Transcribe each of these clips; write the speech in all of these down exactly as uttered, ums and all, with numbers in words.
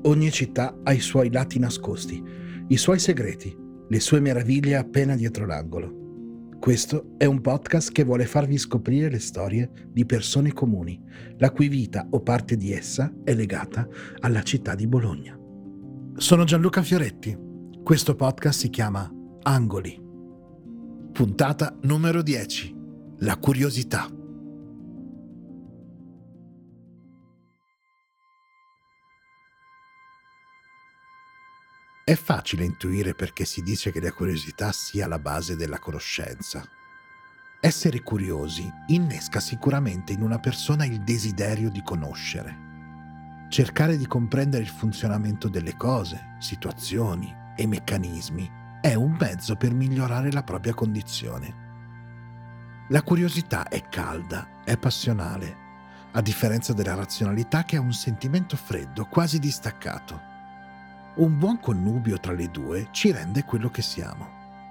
Ogni città ha i suoi lati nascosti, i suoi segreti, le sue meraviglie appena dietro l'angolo. Questo è un podcast che vuole farvi scoprire le storie di persone comuni, la cui vita o parte di essa è legata alla città di Bologna. Sono Gianluca Fioretti. Questo podcast si chiama Angoli. Puntata numero dieci. La curiosità. È facile intuire perché si dice che la curiosità sia la base della conoscenza. Essere curiosi innesca sicuramente in una persona il desiderio di conoscere. Cercare di comprendere il funzionamento delle cose, situazioni e meccanismi è un mezzo per migliorare la propria condizione. La curiosità è calda, è passionale, a differenza della razionalità che è un sentimento freddo, quasi distaccato. Un buon connubio tra le due ci rende quello che siamo.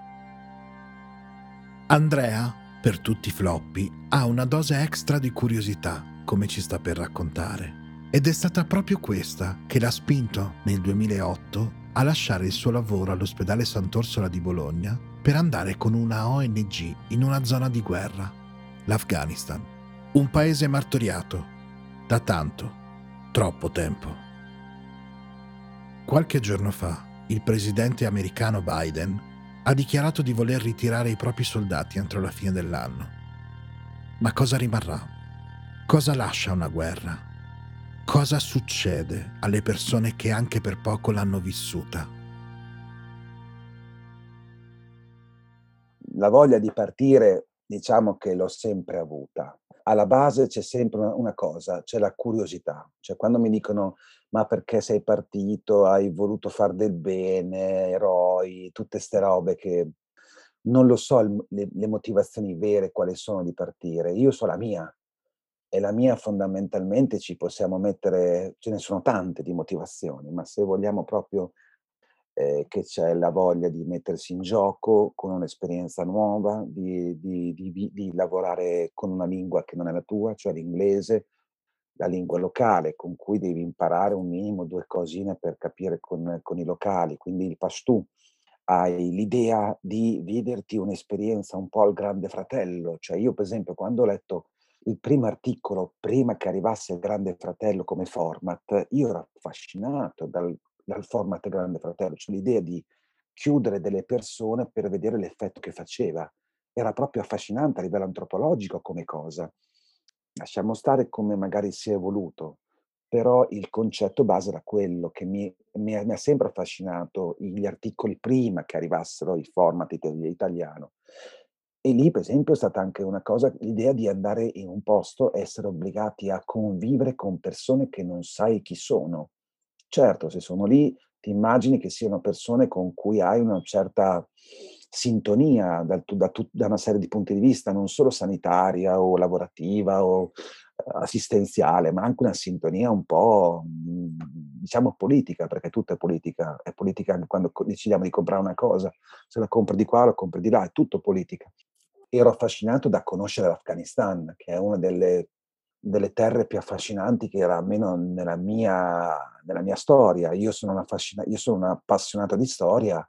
Andrea, per tutti i floppy, ha una dose extra di curiosità, come ci sta per raccontare. Ed è stata proprio questa che l'ha spinto, nel duemilaotto, a lasciare il suo lavoro all'ospedale Sant'Orsola di Bologna per andare con una O N G in una zona di guerra, l'Afghanistan. Un paese martoriato, da tanto, troppo tempo. Qualche giorno fa, il presidente americano Biden ha dichiarato di voler ritirare i propri soldati entro la fine dell'anno. Ma cosa rimarrà? Cosa lascia una guerra? Cosa succede alle persone che anche per poco l'hanno vissuta? La voglia di partire, diciamo che l'ho sempre avuta. Alla base c'è sempre una, una cosa, c'è la curiosità. Cioè quando mi dicono ma perché sei partito, hai voluto far del bene, eroi, tutte ste robe che non lo so il- le, le motivazioni vere quali sono di partire. Io so la mia e la mia fondamentalmente ci possiamo mettere, ce ne sono tante di motivazioni, ma se vogliamo proprio ehm, che c'è la voglia di mettersi in gioco con un'esperienza nuova, di di di vi di lavorare con una lingua che non è la tua, cioè l'inglese, la lingua locale con cui devi imparare un minimo, due cosine per capire con con i locali, quindi il pastù. Hai l'idea di viverti un'esperienza un po' al Grande Fratello, cioè io per esempio quando ho letto il primo articolo, prima che arrivasse il Grande Fratello come format, io ero affascinato dal dal format Grande Fratello, cioè l'idea di chiudere delle persone per vedere l'effetto che faceva. Era proprio affascinante a livello antropologico come cosa. Lasciamo stare come magari si è evoluto, però il concetto base era quello che mi mi ha mi ha sempre affascinato gli articoli prima che arrivassero i format ital italiano. E lì per esempio è stata anche una cosa l'idea di andare in un posto, essere obbligati a convivere con persone che non sai chi sono. Certo, se sono lì ti immagini che siano persone con cui hai una certa sintonia dal tu da tu da una serie di punti di vista, non solo sanitaria o lavorativa o, uhm, assistenziale, ma anche una sintonia un po', mhmm, diciamo politica, perché tutto è politica. È politica anche quando co decidiamo di comprare una cosa. Se la compri di qua, la compri di là, è tutto politica. Ero affascinato da conoscere l'Afghanistan, che è una delle delle terre più affascinanti che era almeno nella mia nella mia storia. Io sono un affascina io sono un appassionato di storia.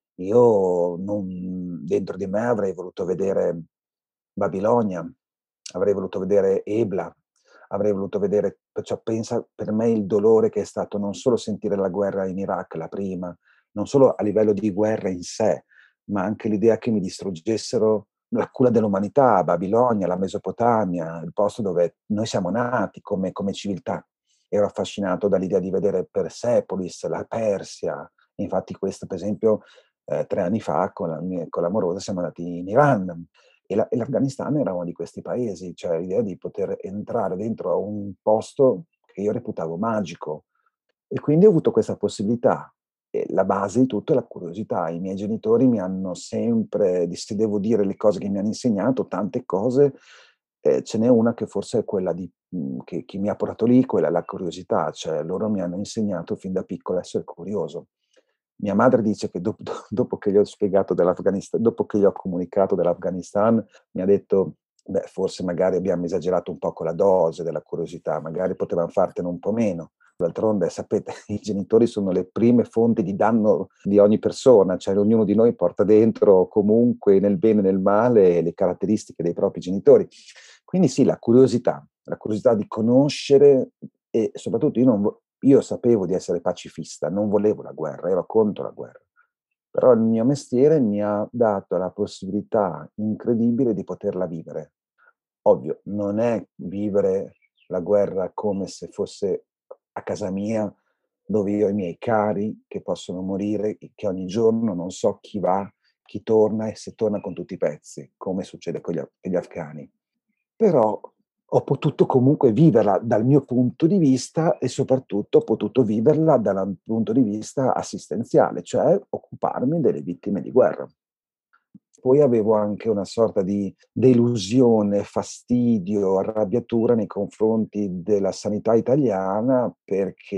Io non dentro di me avrei voluto vedere Babilonia, avrei voluto vedere Ebla, avrei voluto vedere perciò pensa per me il dolore che è stato non solo sentire la guerra in Iraq, la prima, non solo a livello di guerra in sé, ma anche l'idea che mi distruggessero la culla dell'umanità, Babilonia, la Mesopotamia, il posto dove noi siamo nati come come civiltà. Ero affascinato dall'idea di vedere Persepolis, la Persia. Infatti questo per esempio, ehm, tre anni fa con la mia con l'amorosa siamo andati in Iran e la e l'Afghanistan era uno di questi paesi, cioè l'idea di poter entrare dentro a un posto che io reputavo magico. E quindi ho avuto questa possibilità. E la base di tutto è la curiosità. I miei genitori mi hanno sempre di se devo dire le cose che mi hanno insegnato, tante cose, ehm, ce n'è una che forse è quella di mhmm, che che mi ha portato lì, quella è la curiosità, cioè loro mi hanno insegnato fin da piccolo a essere curioso. Mia madre dice che dop do dopo che gli ho spiegato dell'Afganista dopo che gli ho comunicato dell'Afghanistan, mi ha detto: "Beh, forse magari abbiamo esagerato un po' con la dose della curiosità, magari potevam fartene un po' meno". D'altronde sapete, i genitori sono le prime fonti di danno di ogni persona, cioè ognuno di noi porta dentro comunque, nel bene e nel male, le caratteristiche dei propri genitori. Quindi sì, la curiosità, la curiosità di conoscere e soprattutto io non vo io sapevo di essere pacifista, non volevo la guerra, ero contro la guerra. Però il mio mestiere mi ha dato la possibilità incredibile di poterla vivere. Ovvio, non è vivere la guerra come se fosse a casa mia, dove io ho i miei cari che possono morire, e che ogni giorno non so chi va, chi torna e se torna con tutti i pezzi, come succede con gli af con gli afghani. Però ho potuto comunque viverla dal mio punto di vista e soprattutto ho potuto viverla dal punto di vista assistenziale, cioè occuparmi delle vittime di guerra. Poi avevo anche una sorta di delusione, fastidio, arrabbiatura nei confronti della sanità italiana, perché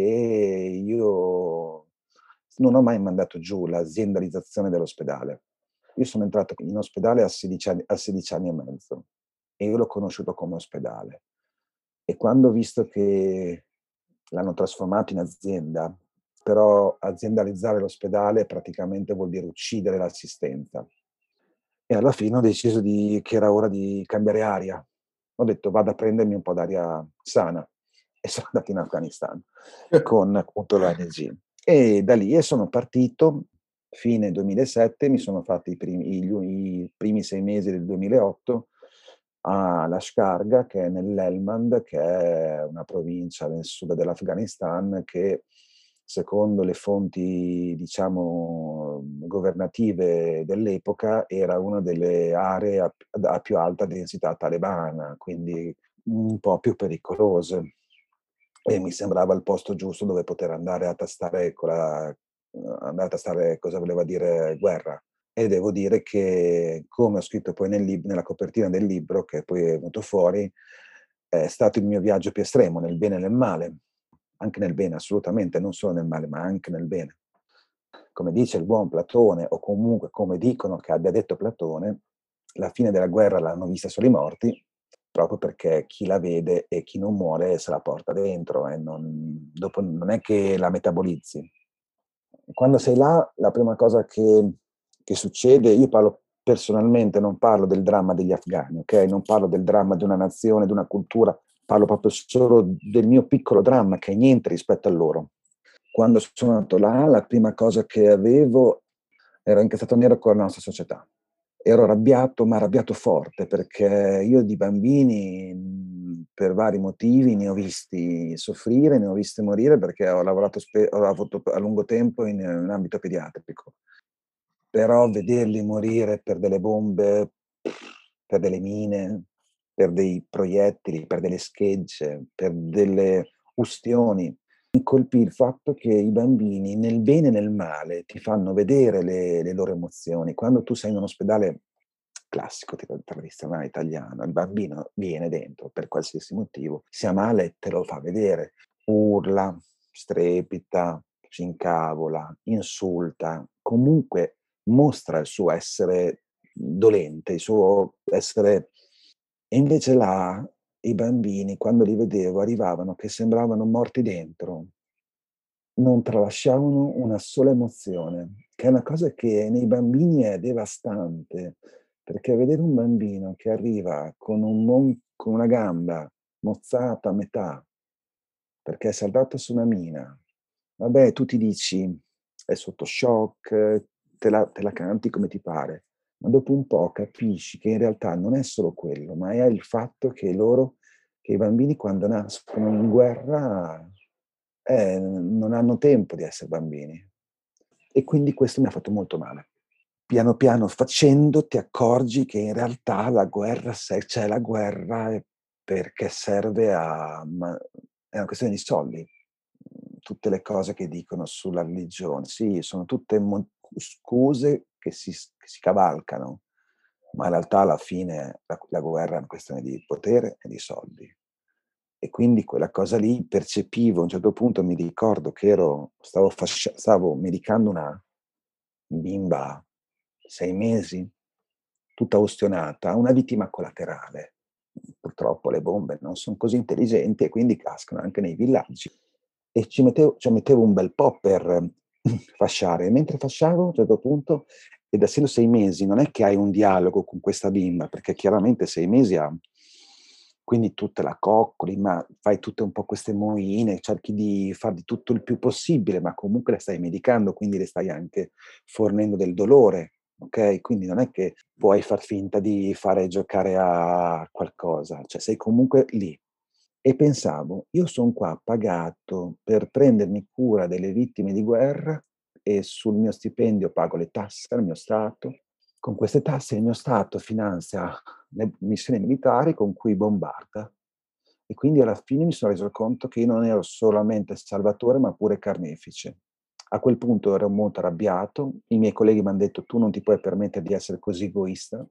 io non ho mai mandato giù l'aziendalizzazione dell'ospedale. Io sono entrato in ospedale a sedici anni a sedici anni e mezzo e io l'ho conosciuto come ospedale. E quando ho visto che l'hanno trasformato in azienda, però aziendalizzare l'ospedale praticamente vuol dire uccidere l'assistenza. E alla fine ho deciso di che era ora di cambiare aria. Ho detto: "Vado a prendermi un po' d'aria sana" e sono andato in Afghanistan con appunto l'O N G. E da lì e sono partito, fine duemilasette, mi sono fatti i primi gli u i primi sei mesi del duemilaotto a Lashkargah, che è nell'Helmand, che è una provincia nel sud dell'Afghanistan che, secondo le fonti, diciamo, governative dell'epoca, era una delle aree a p a più alta densità talebana, quindi un po' più pericolose. E mi sembrava il posto giusto dove poter andare a tastare quella uhm, andare a tastare cosa voleva dire guerra. E devo dire che, come ho scritto poi nel lib nella copertina del libro, che poi è venuto fuori, è stato il mio viaggio più estremo, nel bene e nel male. Anche nel bene, assolutamente, non solo nel male, ma anche nel bene. Come dice il buon Platone, o comunque come dicono che abbia detto Platone, la fine della guerra l'hanno vista solo i morti, proprio perché chi la vede e chi non muore se la porta dentro e non dopo non è che la metabolizzi. Quando sei là, la prima cosa che che succede, io parlo personalmente, non parlo del dramma degli afghani, okay, non parlo del dramma di una nazione, di una cultura, parlo proprio solo del mio piccolo dramma che è niente rispetto a loro. Quando sono andato là, la prima cosa che avevo ero incazzato nero con la nostra società. Ero arrabbiato, ma arrabbiato forte, perché io di bambini, mhmm, per vari motivi, ne ho visti soffrire, ne ho visti morire, perché ho lavorato spe ho avuto a lungo tempo in in ambito pediatrico. Però vederli morire per delle bombe, per delle mine, per dei proiettili, per delle schegge, per delle ustioni, mi colpì il fatto che i bambini, nel bene e nel male, ti fanno vedere le le loro emozioni. Quando tu sei in un ospedale classico, tipo tradizionale italiano, il bambino viene dentro per qualsiasi motivo, si ammala e te lo fa vedere, urla, strepita, si incavola, insulta, comunque mostra il suo essere dolente, il suo essere e invece là i bambini, quando li vedevo, arrivavano che sembravano morti dentro. Non tralasciavano una sola emozione, che è una cosa che nei bambini è devastante, perché vedere un bambino che arriva con un mon con una gamba mozzata a metà, perché è saltato su una mina, vabbè tu ti dici: "È sotto shock", te la te la canti come ti pare, ma dopo un po' capisci che in realtà non è solo quello, ma è il fatto che loro che i bambini quando nascono in guerra, eh, non hanno tempo di esser bambini. E quindi questo mi ha fatto molto male. Piano piano facendo ti accorgi che in realtà la guerra se c'è la guerra è perché serve a ma è una questione di soldi. Mhmm, tutte le cose che dicono sulla religione, sì, sono tutte mon scuse che si s che si cavalcano, ma in realtà alla fine la la guerra è una questione di potere e di soldi. E quindi quella cosa lì percepivo, a un certo punto mi ricordo che ero stavo fascia stavo medicando una bimba sei mesi, tutta ustionata, una vittima collaterale. Purtroppo le bombe non son così intelligenti e quindi cascano anche nei villaggi. e ci mettevo ci mettevo un bel po' per fasciare. E mentre fasciavo a un certo punto, ed essendo sei mesi, non è che hai un dialogo con questa bimba, perché chiaramente sei mesi ha quindi tu te la coccoli, ma fai tutte un po' queste moine, cerchi di far di tutto il più possibile, ma comunque la stai medicando, quindi le stai anche fornendo del dolore, okay, quindi non è che puoi far finta di fare giocare a qualcosa, cioè sei comunque lì. E pensavo: io son qua pagato per prendermi cura delle vittime di guerra e sul mio stipendio pago le tasse al mio Stato. Con queste tasse il mio Stato finanzia le missioni militari con cui bombarda. E quindi alla fine mi sono reso conto che io non ero solamente salvatore, ma pure carnefice. A quel punto ero molto arrabbiato, i miei colleghi m'han detto: "Tu non ti puoi permettere di essere così egoista.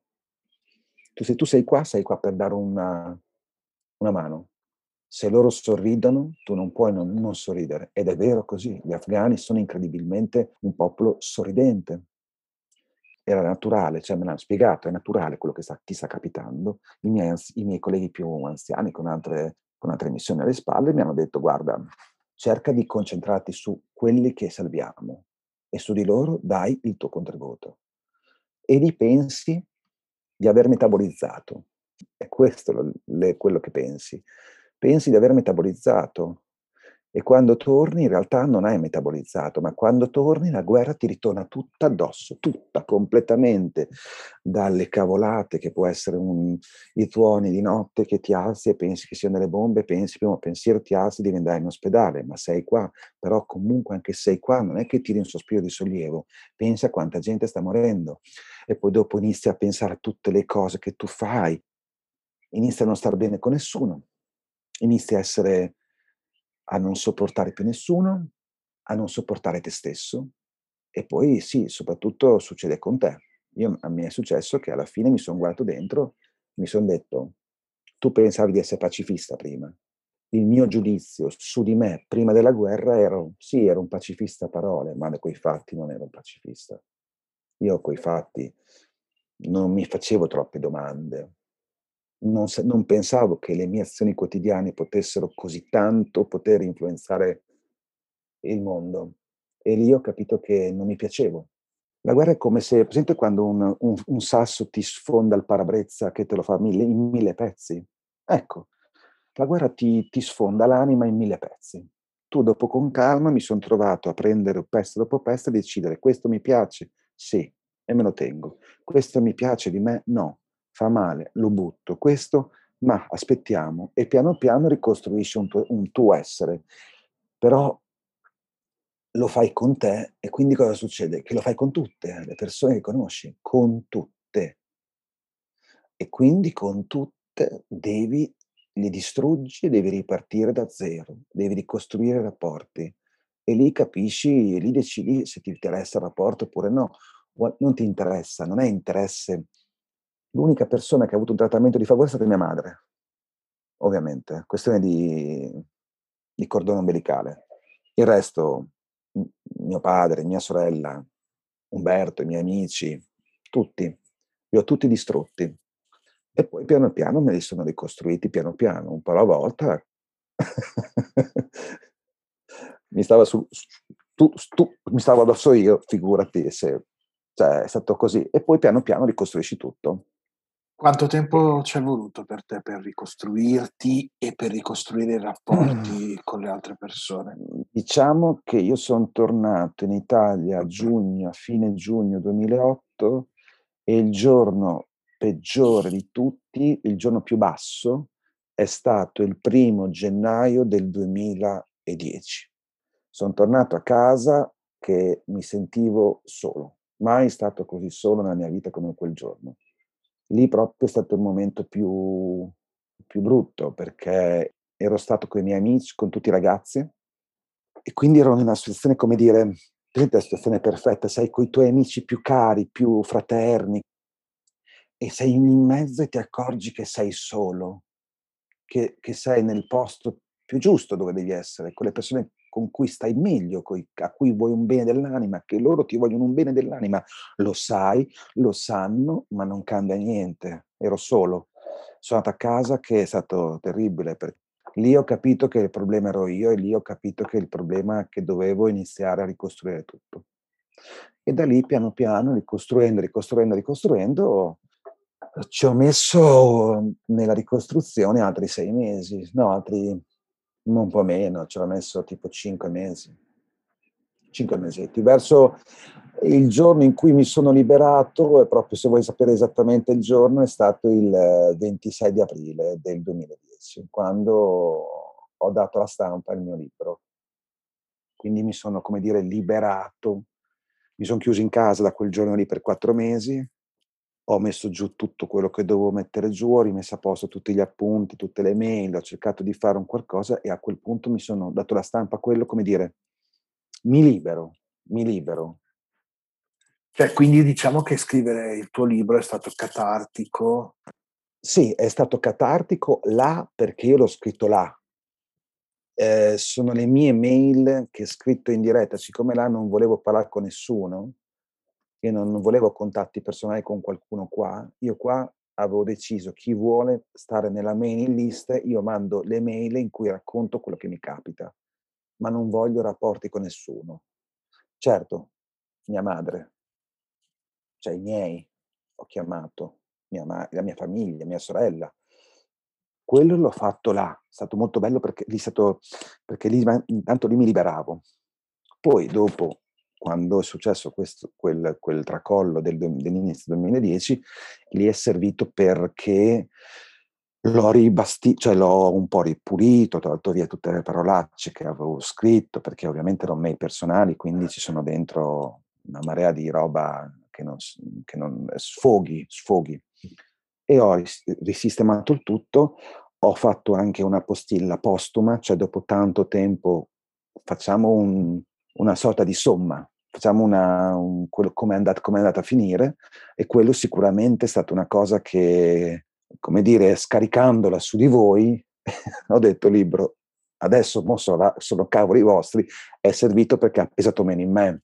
Tu se tu sei qua, sei qua per dare una una mano. Se loro sorridono, tu non puoi non non sorridere." Ed è vero così, gli afghani sono incredibilmente un popolo sorridente. Era naturale, cioè me l'han spiegato, è naturale quello che sta ti sta capitando. I miei ans i miei colleghi più anziani con altre con altre missioni alle spalle mi hanno detto: "Guarda, cerca di concentrarti su quelli che salviamo e su di loro dai il tuo contributo e ripensi di aver metabolizzato." È questo l le quello che pensi. Pensi di aver metabolizzato e quando torni in realtà non hai metabolizzato, ma quando torni la guerra ti ritorna tutta addosso, tutta, completamente, dalle cavolate che può essere un i tuoni di notte che ti alzi e pensi che siano delle bombe, pensi, primo pensiero ti alzi, devi andare in ospedale, ma sei qua. Però comunque anche se sei qua non è che tiri un sospiro di sollievo, pensi a quanta gente sta morendo e poi dopo inizi a pensare a tutte le cose che tu fai, inizi a non star bene con nessuno, inizi a essere a non sopportare più nessuno, a non sopportare te stesso e poi sì, soprattutto succede con te. Io a me è successo che alla fine mi son guardato dentro, mi son detto: "Tu pensavi di essere pacifista prima. Il mio giudizio su di me prima della guerra ero sì, ero un pacifista a parole, ma coi fatti non ero un pacifista." Io coi fatti non mi facevo troppe domande. Non s non pensavo che le mie azioni quotidiane potessero così tanto poter influenzare il mondo. E lì ho capito che non mi piacevo. La guerra è come se presente quando un un un sasso ti sfonda il parabrezza che te lo fa mille in mille pezzi? Ecco, la guerra ti ti sfonda l'anima in mille pezzi. Tu dopo con calma mi son trovato a prendere pezzo dopo pezzo e decidere: "Questo mi piace? Sì, e me lo tengo. Questo mi piace di me? No, fa male, lo butto. Questo? Mah, aspettiamo." E piano piano ricostruisci un tuo un tuo essere. Però lo fai con te e quindi cosa succede? Che lo fai con tutte le persone che conosci, con tutte. E quindi con tutte devi li distruggi e devi ripartire da zero, devi ricostruire rapporti e lì capisci, lì decidi se ti interessa il rapporto oppure no. Gua non ti interessa, non è interesse. L'unica persona che ha avuto un trattamento di favore è stata mia madre, ovviamente, questione di di cordone ombelicale. Il resto, m mio padre, mia sorella, Umberto, i miei amici, tutti. Li ho tutti distrutti. E poi piano piano me li sono ricostruiti piano piano, un po' alla volta. Mi stava su s tu stu mi stavo addosso io, figurati se cioè è stato così. E poi piano piano ricostruisci tutto. Quanto E tempo c'è voluto per te per ricostruirti e per ricostruire i rapporti con le altre persone? Mhmm, diciamo che io son tornato in Italia a giugno a fine giugno duemilaotto e il giorno peggiore di tutti, il giorno più basso, è stato il primo gennaio del duemiladieci. Son tornato a casa che mi sentivo solo. Mai stato così solo nella mia vita come quel giorno. Lì proprio è stato il momento più più brutto, perché ero stato coi miei amici, con tutti i ragazzi e quindi ero in una situazione, come dire, presente la situazione perfetta, sei coi tuoi amici più cari, più fraterni e sei in mezzo e ti accorgi che sei solo, che che sei nel posto più giusto dove devi essere, con le persone con cui stai meglio, coi a cui vuoi un bene dell'anima, che loro ti vogliono un bene dell'anima. Lo sai, lo sanno, ma non cambia niente. Ero solo. Sono andato a casa che è stato terribile per Lì ho capito che il problema ero io e lì ho capito che il problema è che dovevo iniziare a ricostruire tutto. E da lì piano piano, ricostruendo, ricostruendo, ricostruendo, ci ho messo nella ricostruzione altri sei mesi, no, altri un po' meno, ci ho messo tipo cinque mesi. cinque mesetti. Verso il giorno in cui mi sono liberato, e proprio se vuoi sapere esattamente il giorno, è stato il ventisei di aprile del duemiladieci, quando ho dato alla stampa il mio libro. Quindi mi sono, come dire, liberato. Mi son chiuso in casa da quel giorno lì per quattro mesi, ho messo giù tutto quello che dovevo mettere giù, ho rimesso a posto tutti gli appunti, tutte le mail, ho cercato di fare un qualcosa e a quel punto mi sono dato alla stampa quello, come dire, mi libero, mi libero. Cioè, quindi diciamo che scrivere il tuo libro è stato catartico. Sì, è stato catartico là perché io l'ho scritto là. Ehm, sono le mie mail che ho scritto in diretta, siccome là non volevo parlar con nessuno, io non non volevo contatti personali con qualcuno qua, io qua avevo deciso: chi vuole stare nella mailing list, io mando le mail in cui racconto quello che mi capita, ma non voglio rapporti con nessuno. Certo, mia madre, cioè i miei, ho chiamato, mia ma la mia famiglia, mia sorella. Quello l'ho fatto là, è stato molto bello perché lì è stato perché lì ma intanto lì mi liberavo. Poi dopo, quando è successo questo quel quel tracollo del du dell'inizio duemiladieci, lì è servito perché l'ho ribasti cioè l'ho un po' ripulito, ho tolto via tutte le parolacce che avevo scritto, perché ovviamente erano mail personali, quindi ci sono dentro una marea di roba che non s che non sfoghi, sfoghi. E ho ris risistemato il tutto, ho fatto anche una postilla postuma, cioè dopo tanto tempo facciamo un una sorta di somma, facciamo una un quello come è andat come è andata a finire, e quello sicuramente è stata una cosa che, come dire, scaricandola su di voi, ho detto: "Libro, adesso mo sono sono cavoli vostri, è servito perché ha pesato meno in me".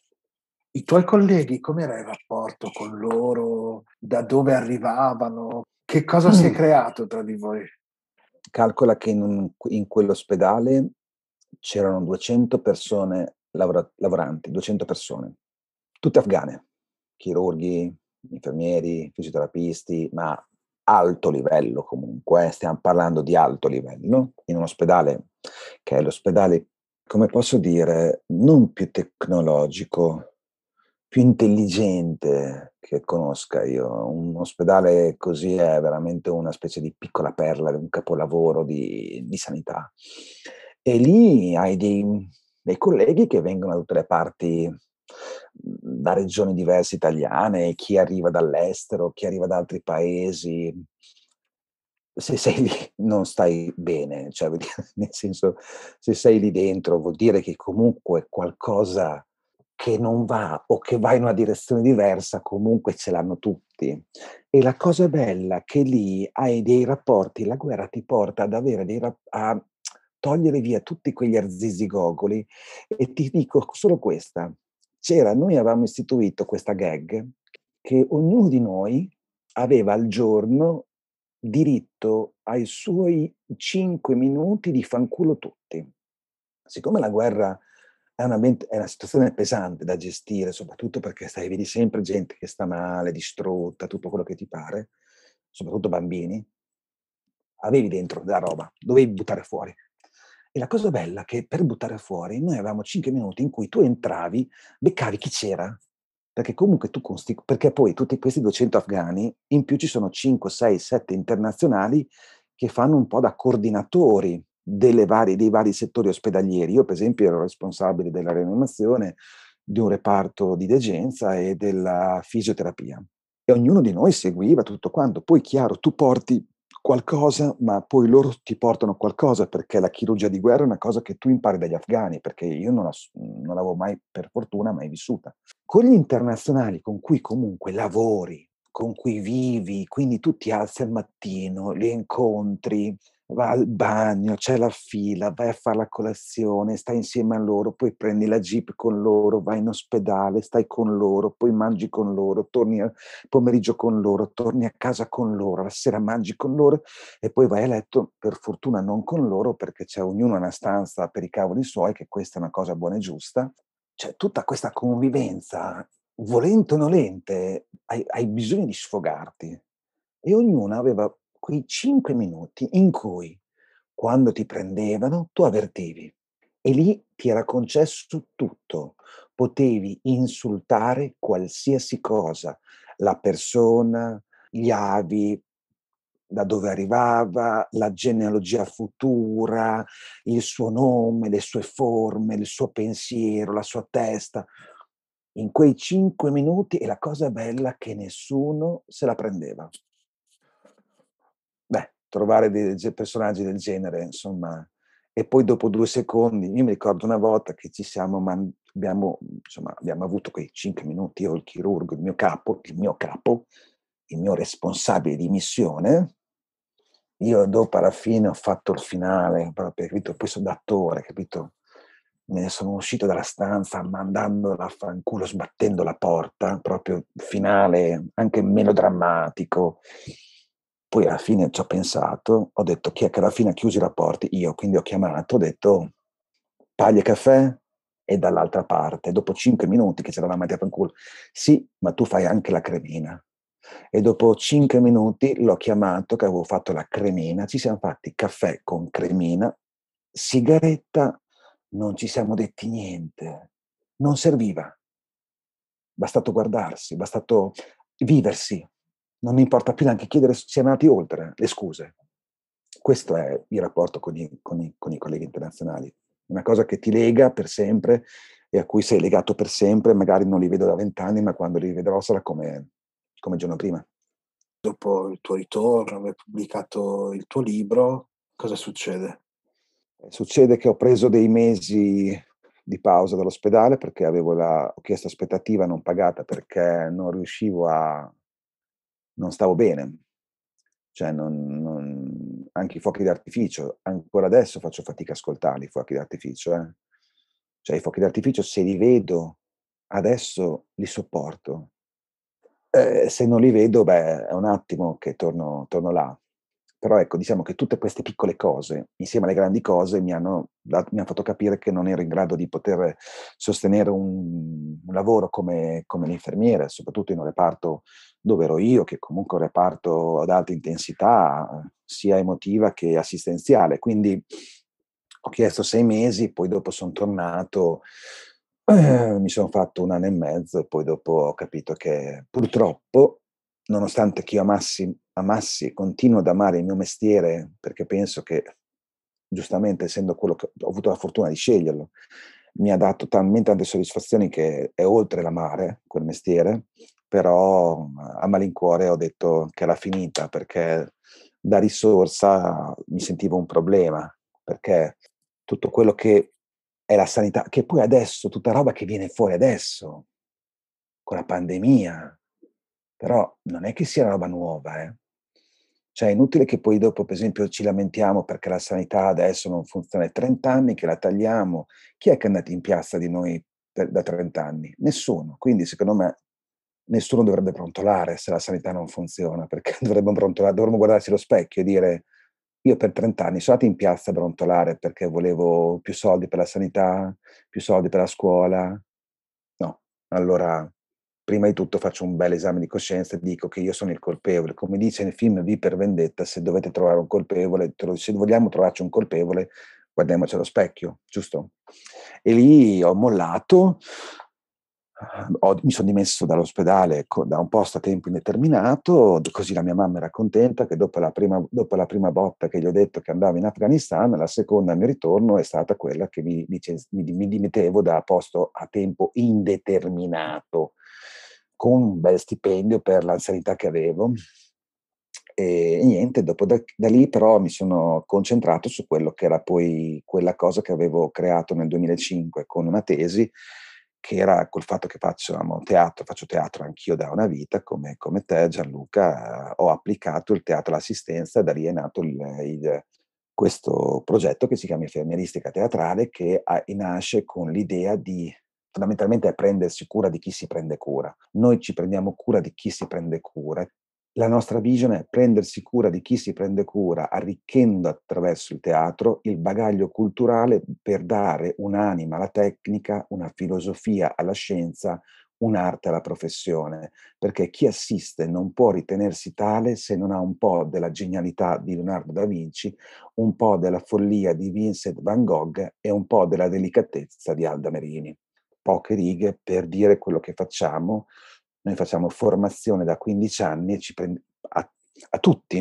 I tuoi colleghi com'era il rapporto con loro? Da dove arrivavano? Che cosa si è creato tra di voi? Calcola che in un in quell'ospedale c'erano duecento persone lavora lavoranti, duecento persone, tutte afghane, chirurghi, infermieri, fisioterapisti, ma alto livello comunque, eh, stiam parlando di alto livello, in un ospedale che è l'ospedale, come posso dire, non più tecnologico, più intelligente che conosca io. Un ospedale così è veramente una specie di piccola perla, un capolavoro di di sanità. E lì hai dei dei colleghi che vengono da tutte le parti, mhmm, da regioni diverse italiane, chi arriva dall'estero, chi arriva da altri paesi. Se sei lì non stai bene, cioè voglio dire, nel senso, se sei lì dentro vuol dire che comunque qualcosa che non va o che va in una direzione diversa comunque ce l'hanno tutti. E la cosa bella che lì hai dei rapporti, la guerra ti porta ad avere dei rap a togliere via tutti quegli arzizigogoli, e ti dico solo questa: c'era noi avevamo istituito questa gag che ognuno di noi aveva al giorno diritto ai suoi cinque minuti di fanculo tutti. Siccome la guerra è una ment è una situazione pesante da gestire, soprattutto perché sai vedi sempre gente che sta male, distrutta, tutto quello che ti pare, soprattutto bambini, avevi dentro della roba, dovevi buttare fuori. E la cosa bella che per buttare fuori noi avevamo cinque minuti in cui tu entravi, beccavi chi c'era, perché comunque tu con 'sti perché poi tutti questi duecento afghani, in più ci sono cinque, sei, sette internazionali che fanno un po' da coordinatori delle varie dei vari settori ospedalieri. Io per esempio ero responsabile della rianimazione, di un reparto di degenza e della fisioterapia. E ognuno di noi seguiva tutto quanto. Poi chiaro, tu porti qualcosa, ma poi loro ti portano qualcosa, perché la chirurgia di guerra è una cosa che tu impari dagli afghani, perché io non la s non l'avevo mai, per fortuna, mai vissuta. Con gli internazionali con cui comunque lavori, con cui vivi, quindi tu ti alzi al mattino, li incontri, va al bagno, c'è la fila, vai a far la colazione, stai insieme a loro, poi prendi la jeep con loro, vai in ospedale, stai con loro, poi mangi con loro, torni al pomeriggio con loro, torni a casa con loro, la sera mangi con loro e poi vai a letto, per fortuna non con loro, perché c'è ognuno una stanza per i cavoli suoi, che questa è una cosa buona e giusta. C'è tutta questa convivenza, volente o nolente, hai hai bisogno di sfogarti e ognuno aveva quei cinque minuti in cui, quando ti prendevano, tu avvertivi e lì ti era concesso tutto. Potevi insultare qualsiasi cosa, la persona, gli avi, da dove arrivava, la genealogia futura, il suo nome, le sue forme, il suo pensiero, la sua testa. In quei cinque minuti e la cosa bella che nessuno se la prendeva. Beh, trovare dei ge personaggi del genere, insomma, e poi dopo due secondi io mi ricordo una volta che ci siamo man abbiamo insomma, abbiamo avuto quei cinque minuti, io, il chirurgo, il mio capo il mio capo, il mio responsabile di missione. Io dopo alla fine ho fatto il finale, proprio, capito, poi son d'attore, capito, me ne sono uscito dalla stanza mandandola a fanculo, sbattendo la porta, proprio finale anche melodrammatico. Poi alla fine c'ho pensato, ho detto: "Chi è che alla fine ha chiuso i rapporti?" Io, quindi ho chiamato, ho detto: "Paglia e caffè?" E dall'altra parte, dopo cinque minuti che ci eravamo mandati a fanculo: "Sì, ma tu fai anche la cremina." E dopo cinque minuti l'ho chiamato che avevo fatto la cremina, ci siam fatti caffè con cremina, sigaretta, non ci siamo detti niente. Non serviva. Bastato guardarsi, bastato viversi. Non mi importa più neanche chiedere s siamo andati oltre le scuse. Questo è il rapporto con i con i con i colleghi internazionali. Una cosa che ti lega per sempre e a cui sei legato per sempre, magari non li vedo da venti anni, ma quando li rivedrò sarà come come il giorno prima. Dopo il tuo ritorno, aver pubblicato il tuo libro, cosa succede? Succede che ho preso dei mesi di pausa dall'ospedale perché avevo la ho chiesto aspettativa non pagata perché non riuscivo a non stavo bene. Cioè non non anche i fuochi d'artificio, ancora adesso faccio fatica a ascoltarli i fuochi d'artificio, eh. Cioè i fuochi d'artificio se li vedo adesso li sopporto. Ehm, se non li vedo, beh, è un attimo che torno torno là. Però ecco, diciamo che tutte queste piccole cose, insieme alle grandi cose, mi hanno dat mi han fatto capire che non ero in grado di poter sostenere un un lavoro come come l'infermiere, soprattutto in un reparto dove ero io, che comunque è un reparto ad alta intensità, sia emotiva che assistenziale. Quindi ho chiesto sei mesi, poi dopo son tornato, eh, mi son fatto un anno e mezzo e poi dopo ho capito che purtroppo, nonostante che io amassi amassi e continuo ad amare il mio mestiere, perché penso che, giustamente essendo quello che ho avuto la fortuna di sceglierlo, mi ha dato talmente tante soddisfazioni che è oltre l'amare quel mestiere, però a malincuore ho detto che era finita, perché da risorsa mi sentivo un problema, perché tutto quello che è la sanità che poi adesso, tutta roba che viene fuori adesso, con la pandemia, però non è che sia roba nuova, eh. Cioè è inutile che poi dopo, per esempio, ci lamentiamo perché la sanità adesso non funziona. È trenta anni che la tagliamo. Chi è che è andato in piazza di noi per da trenta anni? Nessuno. Quindi secondo me nessuno dovrebbe brontolare se la sanità non funziona, perché dovrebbe brontola dovremmo guardarci allo specchio e dire: "Io per trenta anni sono andato in piazza a brontolare perché volevo più soldi per la sanità, più soldi per la scuola?" No. Allora, prima di tutto faccio un bell'esame di coscienza e dico che io sono il colpevole. Come dice nel film V per Vendetta, se dovete trovare un colpevole, tro se vogliamo trovarci un colpevole, guardiamoci allo specchio, giusto? E lì ho mollato, uhm, ho mi son dimesso dall'ospedale co da un posto a tempo indeterminato, d così la mia mamma era contenta che dopo la prima dopo la prima botta che gli ho detto che andavo in Afghanistan, la seconda al mio ritorno è stata quella che mi licen mi di mi dimettevo da posto a tempo indeterminato, con un bel stipendio per l'anzianità che avevo. E e niente, dopo da da lì però mi sono concentrato su quello che era poi quella cosa che avevo creato nel duemilacinque con una tesi, che era col fatto che facciamo teatro faccio teatro anch'io da una vita come come te Gianluca, ho applicato il teatro all'assistenza e da lì è nato il il questo progetto che si chiama Infermieristica Teatrale, che ha e nasce con l'idea di fondamentalmente è prendersi cura di chi si prende cura. Noi ci prendiamo cura di chi si prende cura. La nostra vision è prendersi cura di chi si prende cura, arricchendo attraverso il teatro il bagaglio culturale per dare un'anima alla tecnica, una filosofia alla scienza, un'arte alla professione, perché chi assiste non può ritenersi tale se non ha un po' della genialità di Leonardo da Vinci, un po' della follia di Vincent van Gogh e un po' della delicatezza di Alda Merini. Poche righe per dire quello che facciamo. Noi facciamo formazione da quindici anni e ci prend- a, a tutti,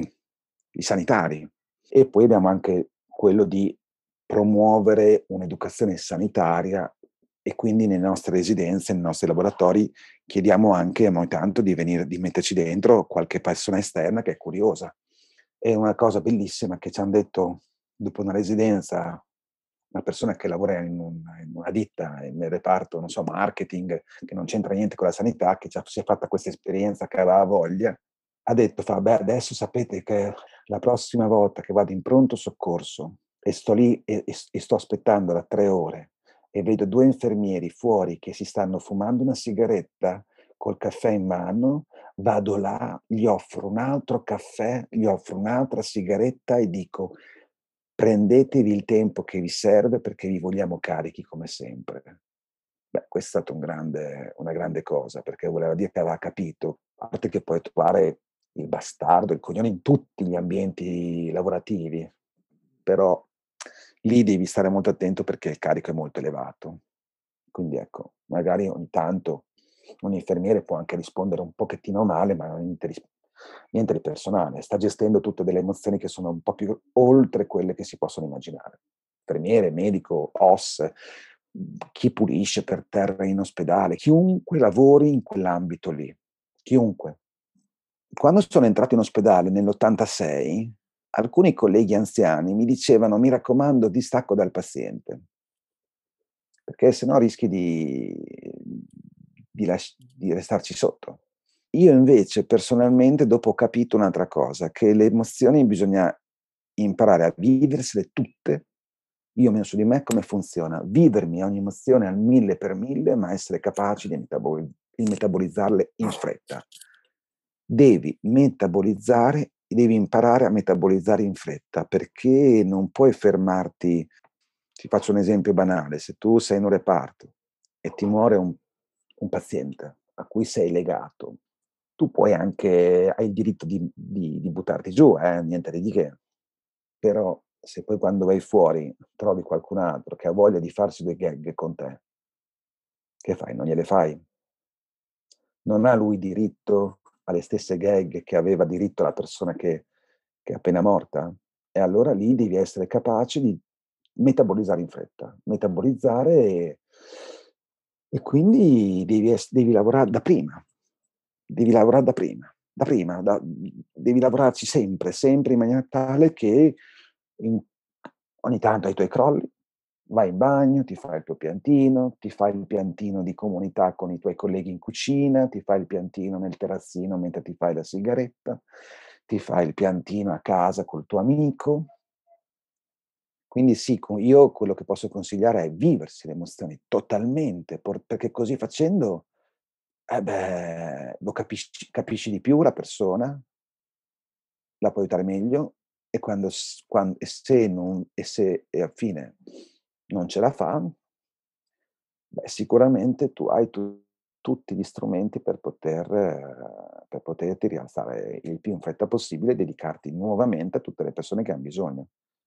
i sanitari. E poi abbiamo anche quello di promuovere un'educazione sanitaria e quindi nelle nostre residenze, nei nostri laboratori, chiediamo anche a noi tanto di venire, di metterci dentro qualche persona esterna che è curiosa. È una cosa bellissima che ci hanno detto dopo una residenza, una persona che lavora in, un, in una ditta, nel reparto, non so, marketing, che non c'entra niente con la sanità, che ci si è fatta questa esperienza, che aveva voglia, ha detto, fa, beh, adesso sapete che la prossima volta che vado in pronto soccorso e sto lì e, e, e sto aspettando da tre ore e vedo due infermieri fuori che si stanno fumando una sigaretta col caffè in mano, vado là, gli offro un altro caffè, gli offro un'altra sigaretta e dico prendetevi il tempo che vi serve perché vi vogliamo carichi come sempre. Beh, questa è stata un grande, una grande cosa, perché voleva dire che aveva capito, a parte che puoi trovare il bastardo, il coglione in tutti gli ambienti lavorativi, però lì devi stare molto attento perché il carico è molto elevato. Quindi ecco, magari ogni tanto un infermiere può anche rispondere un pochettino male, ma niente di, niente di personale, sta gestendo tutte delle emozioni che sono un po' più oltre quelle che si possono immaginare. Infermiere, medico, O S, chi pulisce per terra in ospedale, chiunque lavori in quell'ambito lì, chiunque. Quando sono entrato in ospedale nell'ottantasei, alcuni colleghi anziani mi dicevano, mi raccomando, distacco dal paziente, perché sennò rischi di, di, las- di restarci sotto. Io invece personalmente dopo ho capito un'altra cosa, che le emozioni bisogna imparare a viversele tutte. Io ho messo su di me come funziona, vivermi ogni emozione al mille per mille, ma essere capaci di, metabol- di metabolizzarle in fretta. Devi metabolizzare, devi imparare a metabolizzare in fretta, perché non puoi fermarti. Ti faccio un esempio banale, se tu sei in un reparto e ti muore un, un paziente a cui sei legato, tu puoi anche, hai il diritto di, di, di buttarti giù, eh, niente di che. Però se poi quando vai fuori trovi qualcun altro che ha voglia di farsi due gag con te, che fai? Non gliele fai? Non ha lui diritto alle stesse gag che aveva diritto la persona che, che è appena morta? E allora lì devi essere capace di metabolizzare in fretta, metabolizzare e, e quindi devi, es- devi lavorare da prima, devi lavorare da prima, da prima, da- devi lavorarci sempre, sempre in maniera tale che in- ogni tanto hai i tuoi crolli, vai in bagno, ti fai il tuo piantino, ti fai il piantino di comunità con i tuoi colleghi in cucina, ti fai il piantino nel terrazzino mentre ti fai la sigaretta, ti fai il piantino a casa col tuo amico. Quindi sì, io quello che posso consigliare è viversi le emozioni totalmente, perché così facendo, eh beh, lo capisci, capisci di più la persona, la puoi aiutare meglio e, quando, quando, e se, non, e se e alla fine non ce la fa, beh, sicuramente tu hai tu, tutti gli strumenti per, poter, eh, per poterti rialzare il più in fretta possibile e dedicarti nuovamente a tutte le persone che hanno bisogno.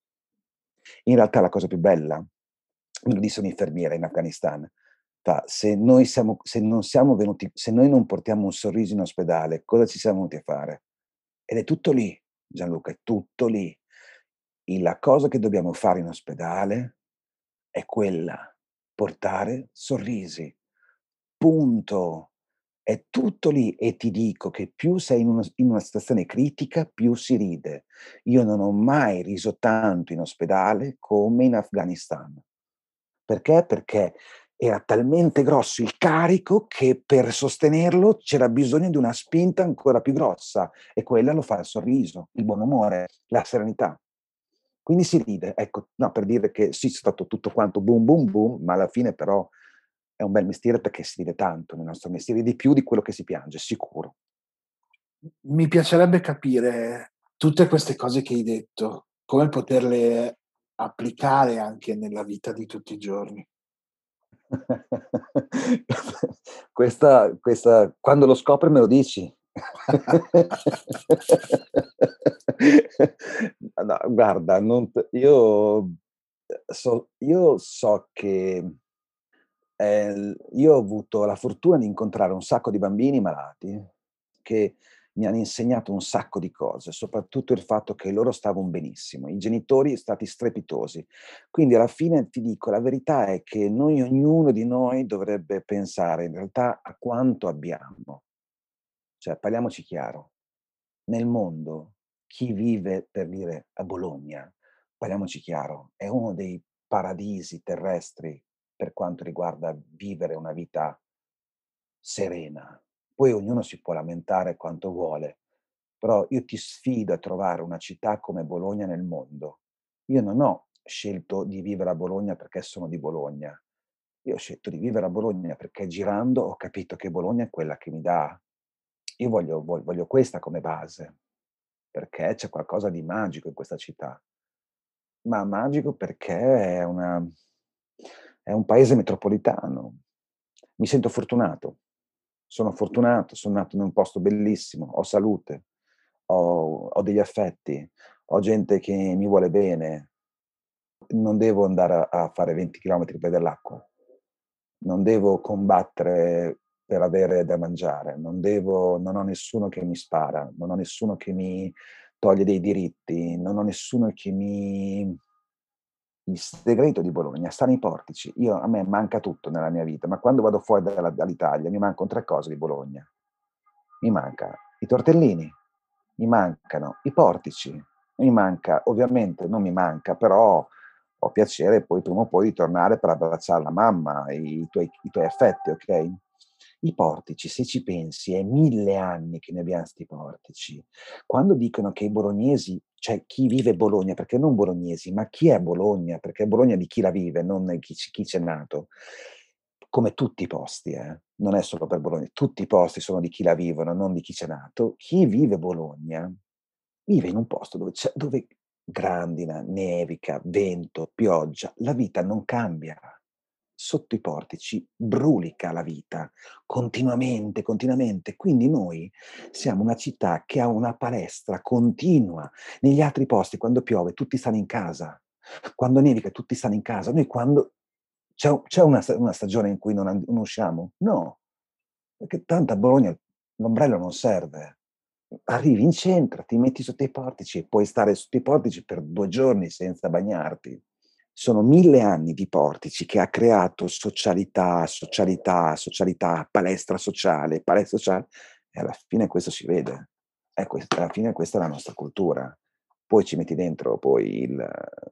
In realtà la cosa più bella, me lo disse un'infermiera in Afghanistan, fa, se noi, siamo, se, non siamo venuti, se noi non portiamo un sorriso in ospedale, cosa ci siamo venuti a fare? Ed è tutto lì, Gianluca, è tutto lì. E la cosa che dobbiamo fare in ospedale è quella, portare sorrisi. Punto. È tutto lì e ti dico che più sei in, uno, in una situazione critica, più si ride. Io non ho mai riso tanto in ospedale come in Afghanistan. Perché? Perché era talmente grosso il carico che per sostenerlo c'era bisogno di una spinta ancora più grossa e quella lo fa il sorriso, il buon umore, la serenità. Quindi si ride, ecco, no, per dire che sì, è stato tutto quanto boom, boom, boom, ma alla fine però è un bel mestiere perché si ride tanto nel nostro mestiere, di più di quello che si piange, sicuro. Mi piacerebbe capire tutte queste cose che hai detto, come poterle applicare anche nella vita di tutti i giorni. Questa questa quando lo scopri me lo dici. No, guarda, non t io, ehm, so io so che, ehm, io ho avuto la fortuna di incontrare un sacco di bambini malati, che mi hanno insegnato un sacco di cose, soprattutto il fatto che loro stavon benissimo, i genitori stati strepitosi. Quindi alla fine ti dico, la verità è che noi ognuno di noi dovrebbe pensare in realtà a quanto abbiamo. Cioè, parliamoci chiaro, nel mondo chi vive, per dire, a Bologna, parliamoci chiaro, è uno dei paradisi terrestri per quanto riguarda vivere una vita serena. Poi ognuno si può lamentare quanto vuole, però io ti sfido a trovare una città come Bologna nel mondo. Io non ho scelto di vivere a Bologna perché sono di Bologna. Io ho scelto di vivere a Bologna perché girando ho capito che Bologna è quella che mi dà io voglio vo voglio questa come base, perché c'è qualcosa di magico in questa città. Ma magico perché è una è un paese metropolitano. Mi sento fortunato. Sono fortunato, son nato in un posto bellissimo, ho salute, ho ho degli affetti, ho gente che mi vuole bene. Non devo andare a a fare venti chilometri per dell'acqua. Non devo combattere per avere da mangiare, non devo non ho nessuno che mi spara, non ho nessuno che mi toglie dei diritti, non ho nessuno che mi il segreto di Bologna sta nei portici. Io a me manca tutto nella mia vita, ma quando vado fuori dalla dall'Italia mi mancon tre cose di Bologna. Mi manca i tortellini, mi mancano i portici, mi manca ovviamente non mi manca, però ho piacere poi prima o poi di tornare per abbracciar la mamma, i tuoi i tuoi affetti, okay? I portici, se ci pensi, è mille anni che noi abbiam 'sti portici. Quando dicono che i bolognesi cioè chi vive Bologna, perché non bolognesi, ma chi è Bologna, perché Bologna di chi la vive, non chi ci chi c'è nato. Come tutti i posti, eh, non è solo per Bologna, tutti i posti sono di chi la vivono, non di chi c'è nato. Chi vive Bologna, vive in un posto dove c'è dove grandina, nevica, vento, pioggia, la vita non cambia. Sotto i portici brulica la vita, continuamente, continuamente. Quindi noi siamo una città che ha una palestra continua. Negli altri posti quando piove tutti stanno in casa, quando nevica tutti stanno in casa. Noi quando c'è u c'è una sta una stagione in cui non and non usciamo? No, perché tanto a Bologna l'ombrello non serve. Arrivi in centro, ti metti sotto i portici e puoi stare sotto i portici per due giorni senza bagnarti. Sono mille anni di portici che ha creato socialità, socialità, socialità, palestra sociale, palestra sociale e alla fine questo si vede. E quest alla fine questa è la nostra cultura. Poi ci metti dentro poi il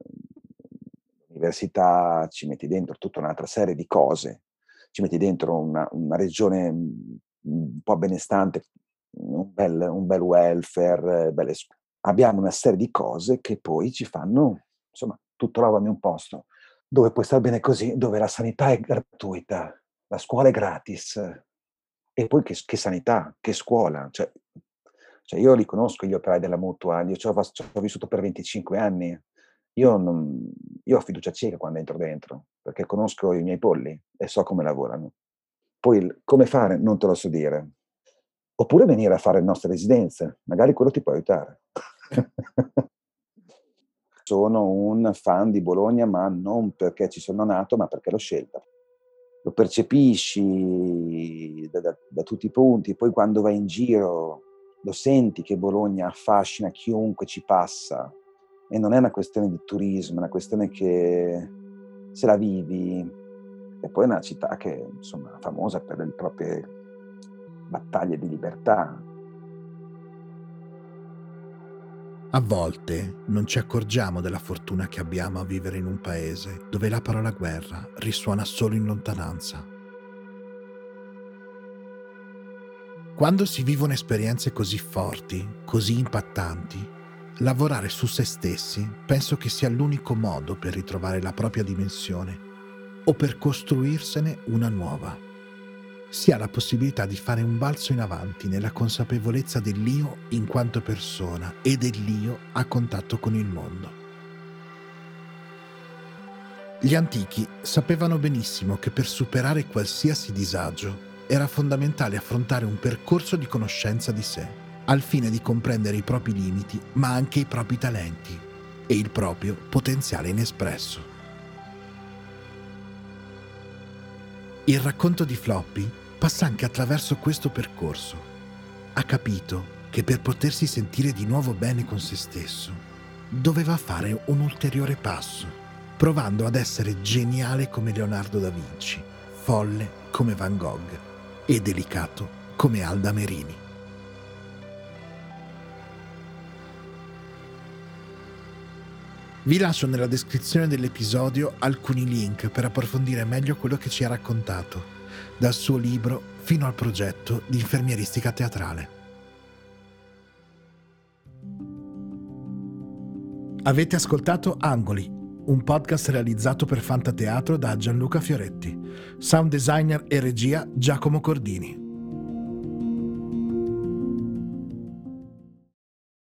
l'università, ci metti dentro tutta un'altra serie di cose. Ci metti dentro una una regione, mhmm, un po' benestante, un bel un bel welfare, belle sc abbiamo una serie di cose che poi ci fanno insomma, tu trovami un posto dove puoi star bene così, dove la sanità è gratuita, la scuola è gratis. E poi che s che sanità, che scuola, cioè cioè io li conosco gli operai della mutua, io c'ho vas c'ho vissuto per venticinque anni. Io non io ho fiducia cieca quando entro dentro, perché conosco i miei polli e so come lavorano. Poi il come fare non te lo so dire. Oppure venire a fare le nostre residenze, magari quello ti può aiutare. Sono un fan di Bologna, ma non perché ci sono nato, ma perché l'ho scelta. Lo percepisci da da da tutti i punti, poi quando vai in giro lo senti che Bologna affascina chiunque ci passa e non è una questione di turismo, è una questione che se la vivi e poi è una città che insomma famosa per le proprie battaglie di libertà. A volte non ci accorgiamo della fortuna che abbiamo a vivere in un paese dove la parola guerra risuona solo in lontananza. Quando si vivono esperienze così forti, così impattanti, lavorare su se stessi penso che sia l'unico modo per ritrovare la propria dimensione o per costruirsene una nuova. Si ha la possibilità di fare un balzo in avanti nella consapevolezza dell'io in quanto persona e dell'io a contatto con il mondo. Gli antichi sapevano benissimo che per superare qualsiasi disagio era fondamentale affrontare un percorso di conoscenza di sé, al fine di comprendere i propri limiti, ma anche i propri talenti e il proprio potenziale inespresso. Il racconto di Floppy passa anche attraverso questo percorso. Ha capito che per potersi sentire di nuovo bene con se stesso, doveva fare un ulteriore passo, provando ad essere geniale come Leonardo da Vinci, folle come Van Gogh e delicato come Alda Merini. Vi lascio nella descrizione dell'episodio alcuni link per approfondire meglio quello che ci ha raccontato, dal suo libro fino al progetto di infermieristica teatrale. Avete ascoltato Angoli, un podcast realizzato per Fantateatro da Gianluca Fioretti, sound designer e regia Giacomo Cordini.